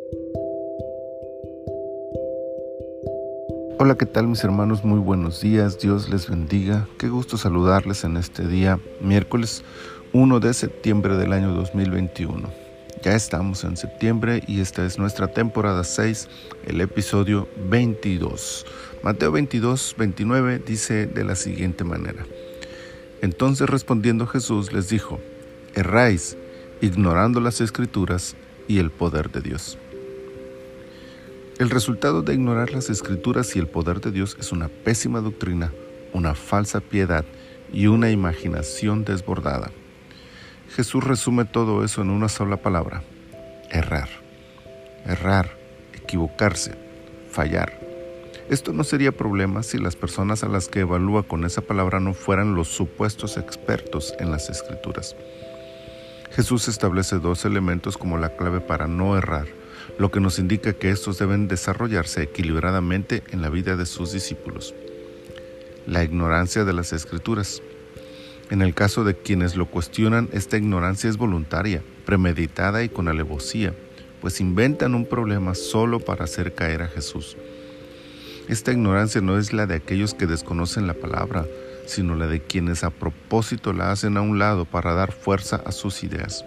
Hola, ¿qué tal mis hermanos? Muy buenos días, Dios les bendiga. Qué gusto saludarles en este día, miércoles 1 de septiembre del año 2021. Ya estamos en septiembre y esta es nuestra temporada 6, el episodio 22. Mateo 22, 29 dice de la siguiente manera: Entonces respondiendo Jesús les dijo: erráis, ignorando las Escrituras y el poder de Dios. El resultado de ignorar las Escrituras y el poder de Dios es una pésima doctrina, una falsa piedad y una imaginación desbordada. Jesús resume todo eso en una sola palabra: errar. Errar, equivocarse, fallar. Esto no sería problema si las personas a las que evalúa con esa palabra no fueran los supuestos expertos en las Escrituras. Jesús establece dos elementos como la clave para no errar, lo que nos indica que estos deben desarrollarse equilibradamente en la vida de sus discípulos. La ignorancia de las Escrituras. En el caso de quienes lo cuestionan, esta ignorancia es voluntaria, premeditada y con alevosía, pues inventan un problema solo para hacer caer a Jesús. Esta ignorancia no es la de aquellos que desconocen la palabra, sino la de quienes a propósito la hacen a un lado para dar fuerza a sus ideas.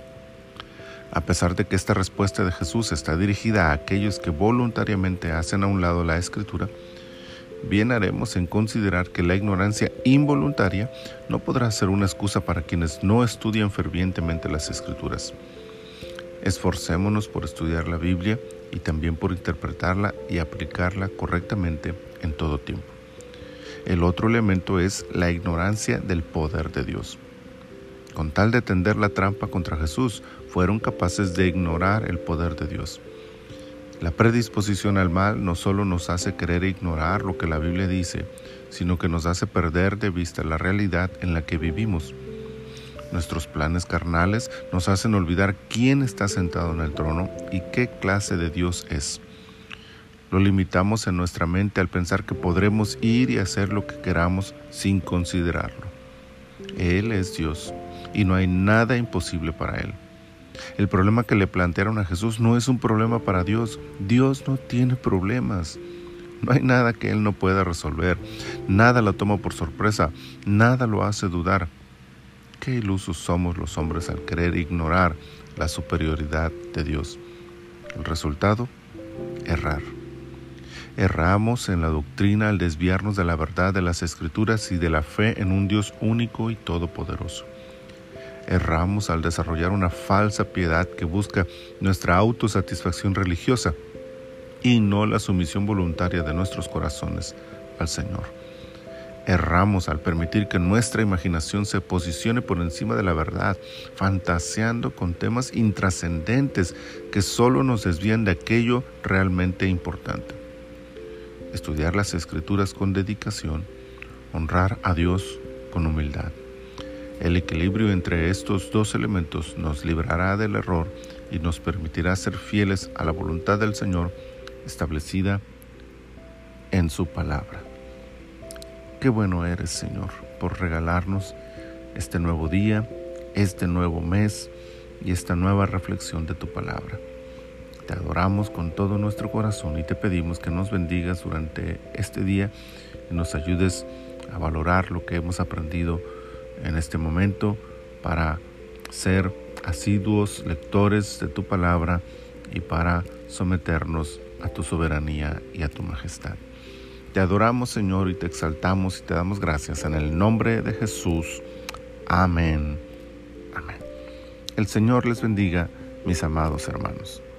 A pesar de que esta respuesta de Jesús está dirigida a aquellos que voluntariamente hacen a un lado la Escritura, bien haremos en considerar que la ignorancia involuntaria no podrá ser una excusa para quienes no estudian fervientemente las Escrituras. Esforcémonos por estudiar la Biblia y también por interpretarla y aplicarla correctamente en todo tiempo. El otro elemento es la ignorancia del poder de Dios. Con tal de tender la trampa contra Jesús, fueron capaces de ignorar el poder de Dios. La predisposición al mal no solo nos hace querer ignorar lo que la Biblia dice, sino que nos hace perder de vista la realidad en la que vivimos. Nuestros planes carnales nos hacen olvidar quién está sentado en el trono y qué clase de Dios es. Lo limitamos en nuestra mente al pensar que podremos ir y hacer lo que queramos sin considerarlo. Él es Dios y no hay nada imposible para Él. El problema que le plantearon a Jesús no es un problema para Dios. Dios no tiene problemas. No hay nada que Él no pueda resolver. Nada lo toma por sorpresa. Nada lo hace dudar. Qué ilusos somos los hombres al querer ignorar la superioridad de Dios. El resultado: errar. Erramos en la doctrina al desviarnos de la verdad de las Escrituras y de la fe en un Dios único y todopoderoso. Erramos al desarrollar una falsa piedad que busca nuestra autosatisfacción religiosa y no la sumisión voluntaria de nuestros corazones al Señor. Erramos al permitir que nuestra imaginación se posicione por encima de la verdad, fantaseando con temas intrascendentes que solo nos desvían de aquello realmente importante. Estudiar las Escrituras con dedicación, honrar a Dios con humildad. El equilibrio entre estos dos elementos nos librará del error y nos permitirá ser fieles a la voluntad del Señor establecida en su palabra. Qué bueno eres, Señor, por regalarnos este nuevo día, este nuevo mes y esta nueva reflexión de tu palabra. Te adoramos con todo nuestro corazón y te pedimos que nos bendigas durante este día y nos ayudes a valorar lo que hemos aprendido en este momento para ser asiduos lectores de tu palabra y para someternos a tu soberanía y a tu majestad. Te adoramos, Señor, y te exaltamos y te damos gracias en el nombre de Jesús. Amén. Amén. El Señor les bendiga, mis amados hermanos.